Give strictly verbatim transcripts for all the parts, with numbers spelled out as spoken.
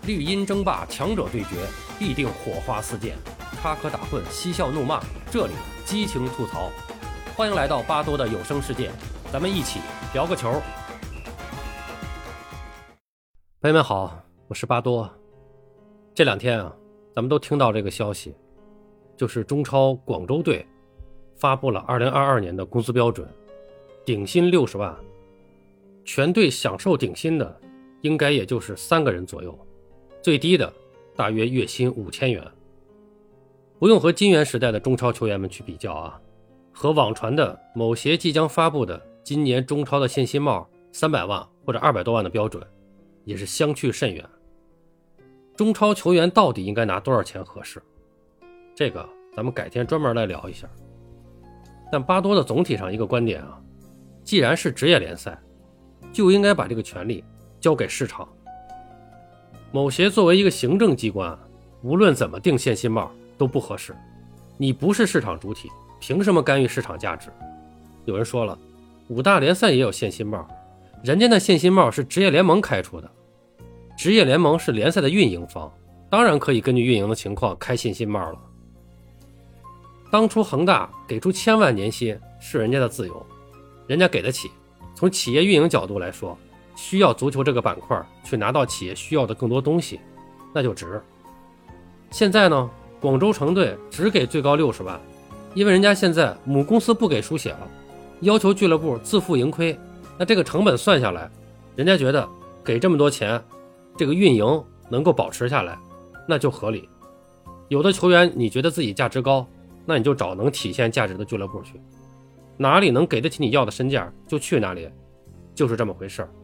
绿茵争霸，强者对决，必定火花四溅，插科打诨，嬉笑怒骂，这里激情吐槽。欢迎来到巴多的有声世界，咱们一起聊个球。朋友们好，我是巴多。这两天啊，咱们都听到这个消息，就是中超广州队发布了二零二二年的工资标准，顶薪六十万，全队享受顶薪的应该也就是三个人左右，最低的大约月薪五千元。不用和金元时代的中超球员们去比较啊，和网传的某协即将发布的今年中超的限薪帽三百万或者二百多万的标准也是相去甚远。中超球员到底应该拿多少钱合适，这个咱们改天专门来聊一下。但巴多的总体上一个观点啊，既然是职业联赛，就应该把这个权利交给市场。某协作为一个行政机关，无论怎么定限薪帽都不合适。你不是市场主体，凭什么干预市场价值？有人说了，五大联赛也有限薪帽，人家那限薪帽是职业联盟开出的，职业联盟是联赛的运营方，当然可以根据运营的情况开限薪帽了。当初恒大给出千万年薪是人家的自由，人家给得起，从企业运营角度来说，需要足球这个板块去拿到企业需要的更多东西，那就值。现在呢，广州城队只给最高六十万，因为人家现在母公司不给输血了，要求俱乐部自负盈亏，那这个成本算下来，人家觉得给这么多钱，这个运营能够保持下来，那就合理。有的球员你觉得自己价值高，那你就找能体现价值的俱乐部去，哪里能给得起你要的身价就去哪里，就是这么回事。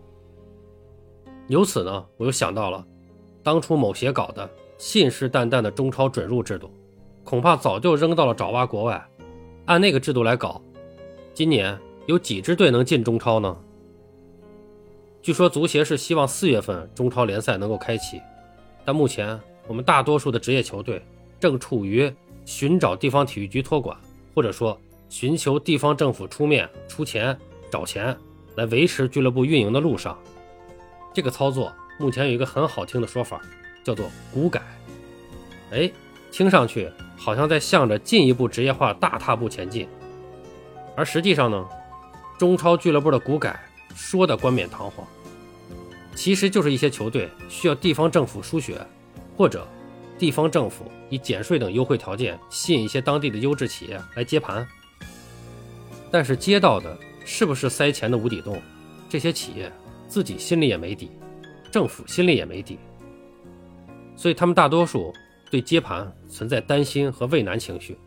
由此呢，我又想到了当初某协搞的信誓旦旦的中超准入制度，恐怕早就扔到了爪哇国外。按那个制度来搞，今年有几支队能进中超呢？据说足协是希望四月份中超联赛能够开启，但目前我们大多数的职业球队正处于寻找地方体育局托管，或者说寻求地方政府出面出钱找钱来维持俱乐部运营的路上。这个操作目前有一个很好听的说法，叫做股改。哎，听上去好像在向着进一步职业化大踏步前进，而实际上呢，中超俱乐部的股改说的冠冕堂皇，其实就是一些球队需要地方政府输血，或者地方政府以减税等优惠条件吸引一些当地的优质企业来接盘。但是接到的是不是塞钱的无底洞，这些企业自己心里也没底，政府心里也没底，所以他们大多数对接盘存在担心和畏难情绪。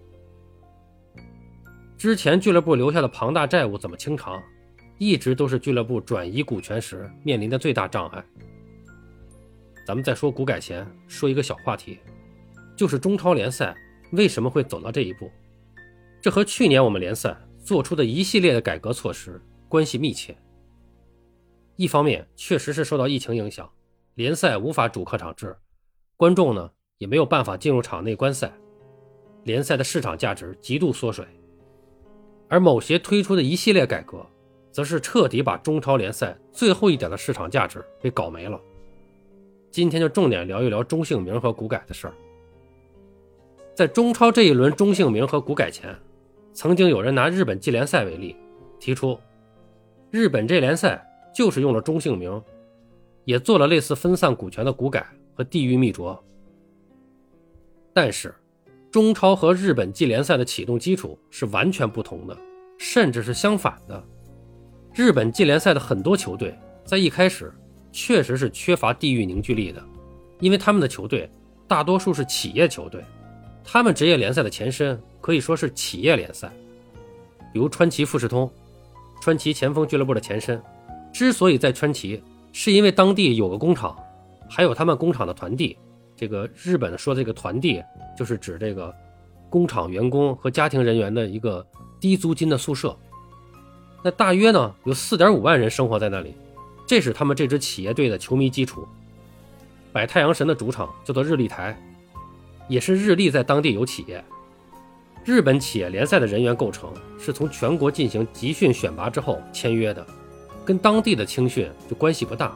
之前俱乐部留下的庞大债务怎么清偿，一直都是俱乐部转移股权时面临的最大障碍。咱们再说股改前说一个小话题，就是中超联赛为什么会走到这一步，这和去年我们联赛做出的一系列的改革措施关系密切。一方面确实是受到疫情影响，联赛无法主客场制，观众呢也没有办法进入场内观赛，联赛的市场价值极度缩水。而某协推出的一系列改革则是彻底把中超联赛最后一点的市场价值给搞没了。今天就重点聊一聊中性名和股改的事儿。在中超这一轮中性名和股改前，曾经有人拿日本季联赛为例，提出日本这联赛就是用了中性名，也做了类似分散股权的股改和地域密着。但是中超和日本季联赛的启动基础是完全不同的，甚至是相反的。日本季联赛的很多球队在一开始确实是缺乏地域凝聚力的，因为他们的球队大多数是企业球队，他们职业联赛的前身可以说是企业联赛。比如川崎富士通，川崎前锋俱乐部的前身之所以在川崎，是因为当地有个工厂，还有他们工厂的团地。这个日本说这个团地就是指这个工厂员工和家庭人员的一个低租金的宿舍，那大约呢有 四点五万人生活在那里，这是他们这支企业队的球迷基础。百太阳神的主场叫做日立台，也是日立在当地有企业。日本企业联赛的人员构成是从全国进行集训选拔之后签约的，跟当地的青训就关系不大，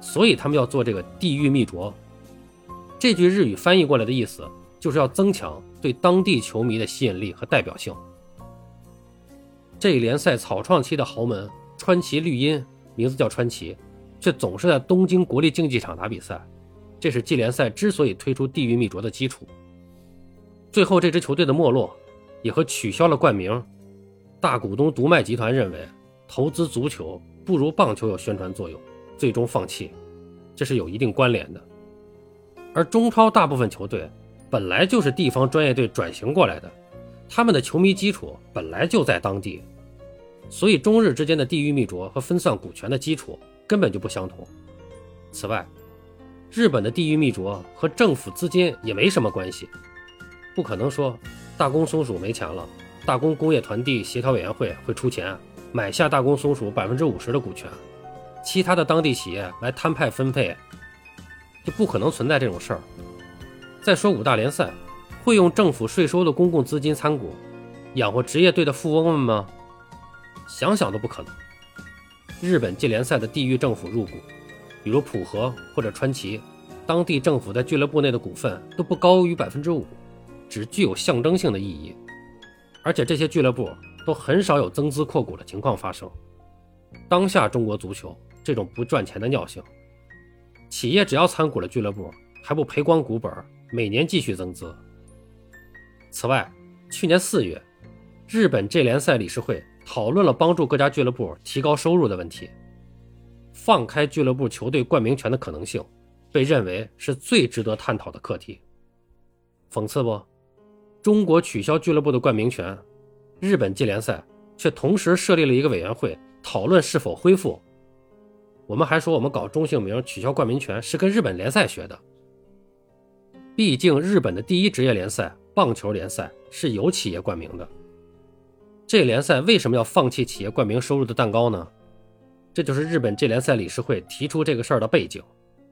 所以他们要做这个地域密着。这句日语翻译过来的意思就是要增强对当地球迷的吸引力和代表性。这一联赛草创期的豪门川崎绿茵，名字叫川崎，却总是在东京国立竞技场打比赛，这是季联赛之所以推出地域密着的基础。最后这支球队的没落也和取消了冠名，大股东读卖集团认为投资足球不如棒球有宣传作用，最终放弃，这是有一定关联的。而中超大部分球队本来就是地方专业队转型过来的，他们的球迷基础本来就在当地，所以中日之间的地域密着和分散股权的基础根本就不相同。此外，日本的地域密着和政府资金也没什么关系，不可能说大宫松鼠没钱了，大宫工业团地协调委员会会出钱买下大宫松鼠 百分之五十 的股权，其他的当地企业来摊派分配，就不可能存在这种事儿。再说五大联赛会用政府税收的公共资金参股养活职业队的富翁们吗？想想都不可能。日本季联赛的地域政府入股，比如浦和或者川崎，当地政府在俱乐部内的股份都不高于 百分之五， 只具有象征性的意义。而且这些俱乐部都很少有增资扩股的情况发生。当下中国足球这种不赚钱的尿性，企业只要参股了俱乐部还不赔光股本，每年继续增资。此外，去年四月，日本 J 联赛理事会讨论了帮助各家俱乐部提高收入的问题，放开俱乐部球队冠名权的可能性被认为是最值得探讨的课题。讽刺不？中国取消俱乐部的冠名权，日本 J 联赛却同时设立了一个委员会讨论是否恢复。我们还说我们搞中性名取消冠名权是跟日本联赛学的。毕竟日本的第一职业联赛棒球联赛是有企业冠名的，这联赛为什么要放弃企业冠名收入的蛋糕呢？这就是日本这联赛理事会提出这个事儿的背景。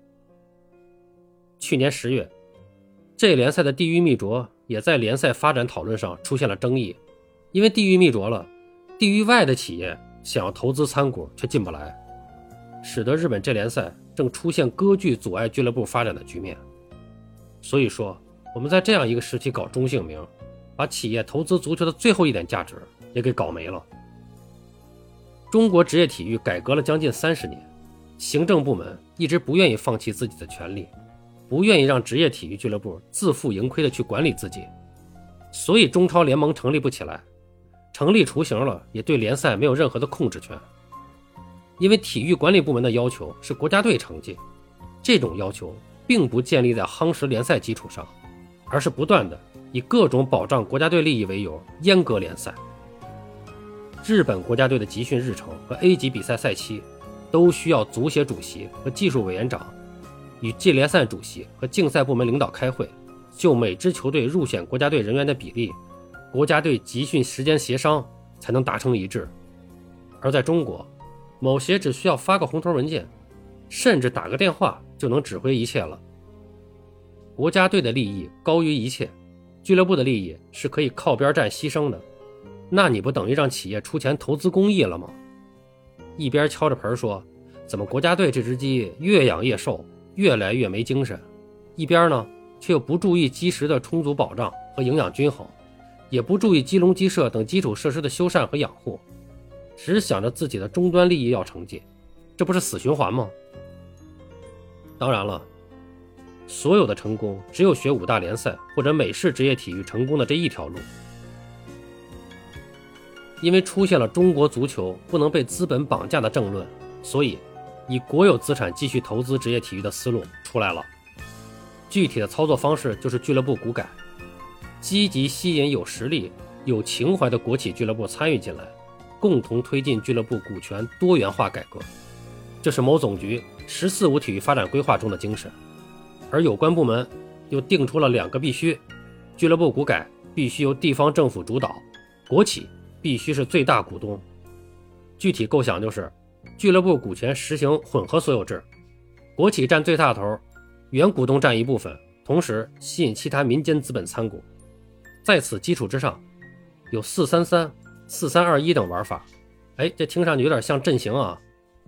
去年十月，这联赛的地域密着也在联赛发展讨论上出现了争议，因为地域密着了，地域外的企业想要投资参股却进不来，使得日本这联赛正出现割据阻碍俱乐部发展的局面。所以说我们在这样一个时期搞中性名，把企业投资足球的最后一点价值也给搞没了。中国职业体育改革了将近三十年，行政部门一直不愿意放弃自己的权利，不愿意让职业体育俱乐部自负盈亏的去管理自己，所以中超联盟成立不起来，成立雏形了也对联赛没有任何的控制权。因为体育管理部门的要求是国家队成绩，这种要求并不建立在夯实联赛基础上，而是不断的以各种保障国家队利益为由阉割联赛。日本国家队的集训日程和 A 级比赛赛期都需要足协主席和技术委员长与季联赛主席和竞赛部门领导开会，就每支球队入选国家队人员的比例、国家队集训时间协商，才能达成一致。而在中国，某协只需要发个红头文件，甚至打个电话就能指挥一切了。国家队的利益高于一切，俱乐部的利益是可以靠边站牺牲的，那你不等于让企业出钱投资公益了吗？一边敲着盆说怎么国家队这只鸡越养越瘦，越来越没精神，一边呢却又不注意基石的充足保障和营养均衡，也不注意基隆鸡舍等基础设施的修缮和养护，只想着自己的终端利益要成绩，这不是死循环吗？当然了，所有的成功只有学五大联赛或者美式职业体育成功的这一条路。因为出现了中国足球不能被资本绑架的政论，所以以国有资产继续投资职业体育的思路出来了。具体的操作方式就是俱乐部股改，积极吸引有实力有情怀的国企俱乐部参与进来，共同推进俱乐部股权多元化改革，这是某总局十四五体育发展规划中的精神。而有关部门又定出了两个必须，俱乐部股改必须由地方政府主导，国企必须是最大股东。具体构想就是俱乐部股权实行混合所有制，国企占最大头，原股东占一部分，同时吸引其他民间资本参股。在此基础之上，有四三三、四三二一等玩法。哎，这听上去有点像阵型啊。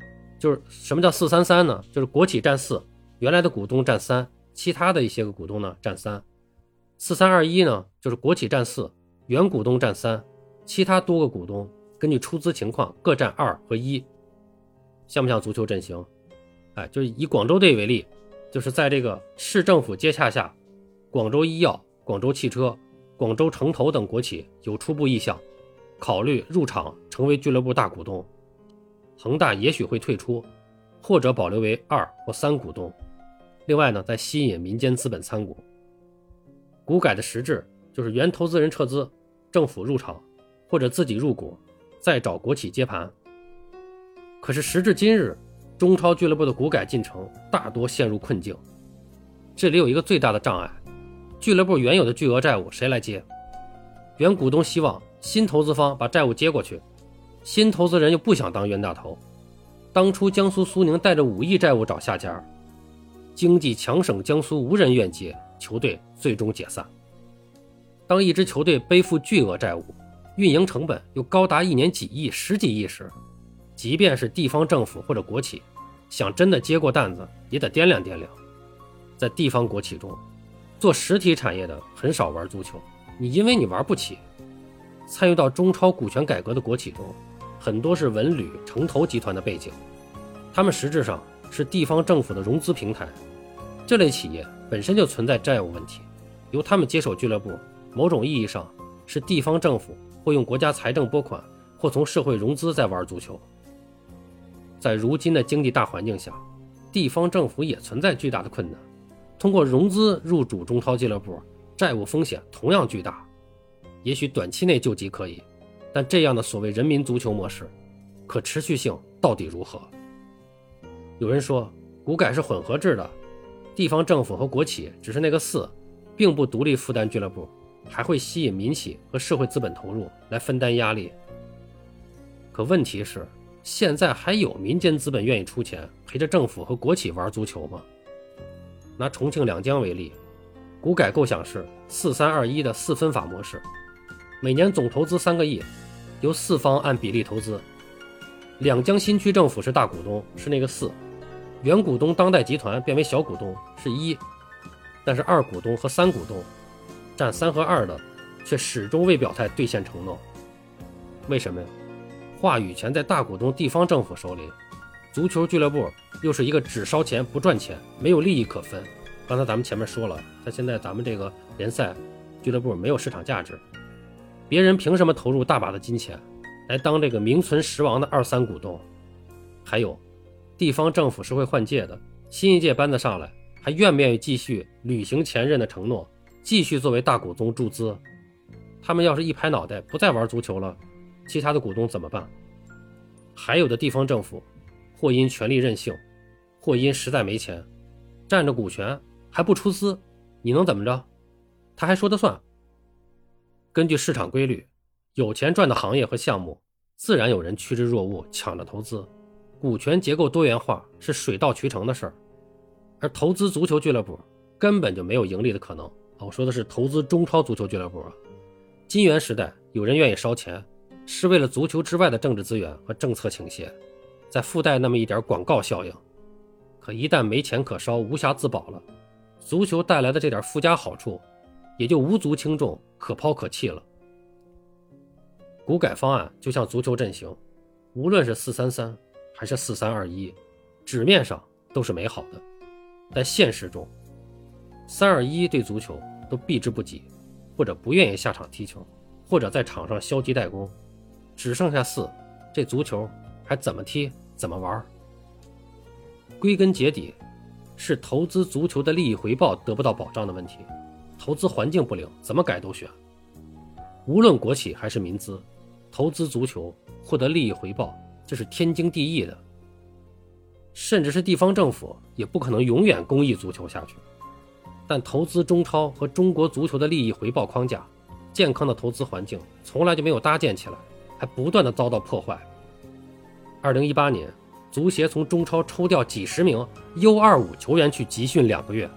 就是什么叫四三三呢？就是国企占四，原来的股东占三，其他的一些个股东呢占三。四三二一呢，就是国企占四，原股东占三，其他多个股东根据出资情况各占二和一。像不像足球阵型？哎，就是以广州队为例，就是在这个市政府接洽下，广州医药、广州汽车、广州城投等国企有初步意向，考虑入场成为俱乐部大股东。恒大也许会退出，或者保留为二或三股东。另外呢，再吸引民间资本参股。股改的实质就是原投资人撤资，政府入场，或者自己入股，再找国企接盘。可是时至今日，中超俱乐部的股改进程大多陷入困境。这里有一个最大的障碍，俱乐部原有的巨额债务谁来接？原股东希望新投资方把债务接过去，新投资人又不想当冤大头。当初江苏苏宁带着五亿债务找下家，经济强省江苏无人愿接，球队最终解散。当一支球队背负巨额债务，运营成本又高达一年几亿、十几亿时，即便是地方政府或者国企，想真的接过担子，也得掂量掂量。在地方国企中，做实体产业的很少玩足球，你因为你玩不起。参与到中超股权改革的国企中，很多是文旅、城投集团的背景，他们实质上是地方政府的融资平台。这类企业本身就存在债务问题，由他们接手俱乐部，某种意义上是地方政府或用国家财政拨款，或从社会融资在玩足球。在如今的经济大环境下，地方政府也存在巨大的困难，通过融资入主中超俱乐部，债务风险同样巨大。也许短期内救急可以，但这样的所谓人民足球模式，可持续性到底如何？有人说股改是混合制的，地方政府和国企只是那个四，并不独立负担俱乐部，还会吸引民企和社会资本投入来分担压力。可问题是，现在还有民间资本愿意出钱陪着政府和国企玩足球吗？拿重庆两江为例，股改构想是四三二一的四分法模式，每年总投资三个亿，由四方按比例投资。两江新区政府是大股东，是那个四，原股东当代集团变为小股东，是一，但是二股东和三股东占三和二的却始终未表态兑现承诺。为什么呀？话语权在大股东地方政府手里，足球俱乐部又是一个只烧钱不赚钱，没有利益可分。刚才咱们前面说了，他现在咱们这个联赛俱乐部没有市场价值，别人凭什么投入大把的金钱来当这个名存实亡的二三股东？还有地方政府是会换届的，新一届班子上来还愿不愿意继续履行前任的承诺，继续作为大股东注资？他们要是一拍脑袋不再玩足球了，其他的股东怎么办？还有的地方政府或因权力任性，或因实在没钱，占着股权还不出资，你能怎么着？他还说得算。根据市场规律，有钱赚的行业和项目，自然有人趋之若鹜，抢着投资。股权结构多元化是水到渠成的事儿，而投资足球俱乐部根本就没有盈利的可能。我说的是投资中超足球俱乐部啊。金元时代有人愿意烧钱，是为了足球之外的政治资源和政策倾斜，再附带那么一点广告效应。可一旦没钱可烧，无暇自保了，足球带来的这点附加好处也就无足轻重，可抛可弃了。股改方案就像足球阵型，无论是四三三还是四三二一，纸面上都是美好的，但现实中三二一对足球都避之不及，或者不愿意下场踢球，或者在场上消极怠工，只剩下四，这足球还怎么踢怎么玩？归根结底是投资足球的利益回报得不到保障的问题，投资环境不灵，怎么改都选。无论国企还是民资，投资足球获得利益回报，这是天经地义的。甚至是地方政府也不可能永远公益足球下去，但投资中超和中国足球的利益回报框架，健康的投资环境从来就没有搭建起来，还不断的遭到破坏。二零一八年足协从中超抽调几十名 U 二十五 球员去集训两个月。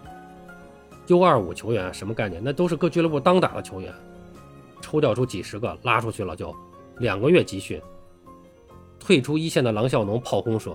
U 二十五 球员什么概念？那都是各俱乐部当打的球员，抽调出几十个拉出去了，就两个月集训。退出一线的郎笑农炮轰说，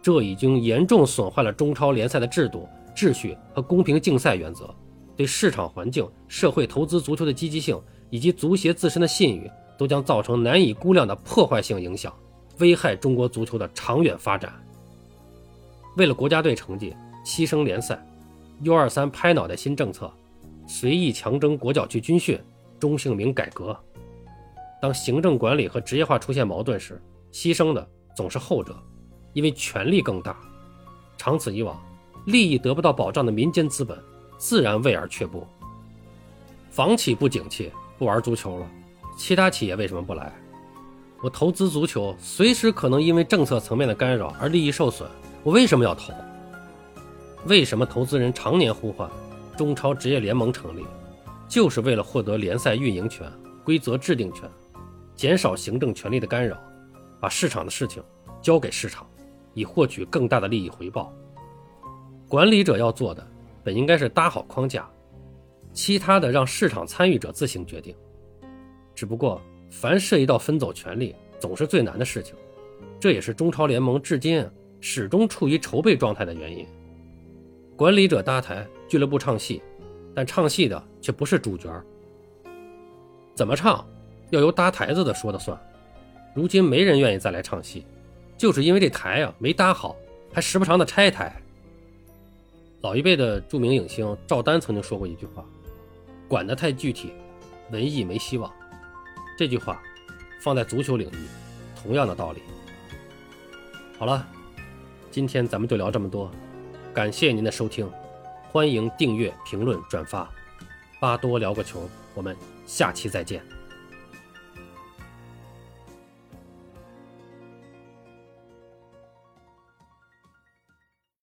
这已经严重损坏了中超联赛的制度、秩序和公平竞赛原则，对市场环境、社会投资足球的积极性以及足协自身的信誉都将造成难以估量的破坏性影响，危害中国足球的长远发展。为了国家队成绩牺牲联赛， U 二三 拍脑袋新政策，随意强征国脚去军训，中性名改革。当行政管理和职业化出现矛盾时，牺牲的总是后者，因为权力更大。长此以往，利益得不到保障的民间资本自然畏而却步。房企不景气，不玩足球了，其他企业为什么不来？我投资足球，随时可能因为政策层面的干扰而利益受损，我为什么要投？为什么投资人常年呼唤中超职业联盟成立？就是为了获得联赛运营权、规则制定权，减少行政权力的干扰，把市场的事情交给市场，以获取更大的利益回报。管理者要做的本应该是搭好框架，其他的让市场参与者自行决定。只不过凡涉及到分走权力总是最难的事情，这也是中超联盟至今始终处于筹备状态的原因。管理者搭台，俱乐部唱戏，但唱戏的却不是主角。怎么唱要由搭台子的说了算，如今没人愿意再来唱戏，就是因为这台啊没搭好，还时不常的拆台。老一辈的著名影星赵丹曾经说过一句话，管得太具体，文艺没希望。这句话放在足球领域同样的道理。好了，今天咱们就聊这么多，感谢您的收听，欢迎订阅、评论、转发，巴多聊个球，我们下期再见。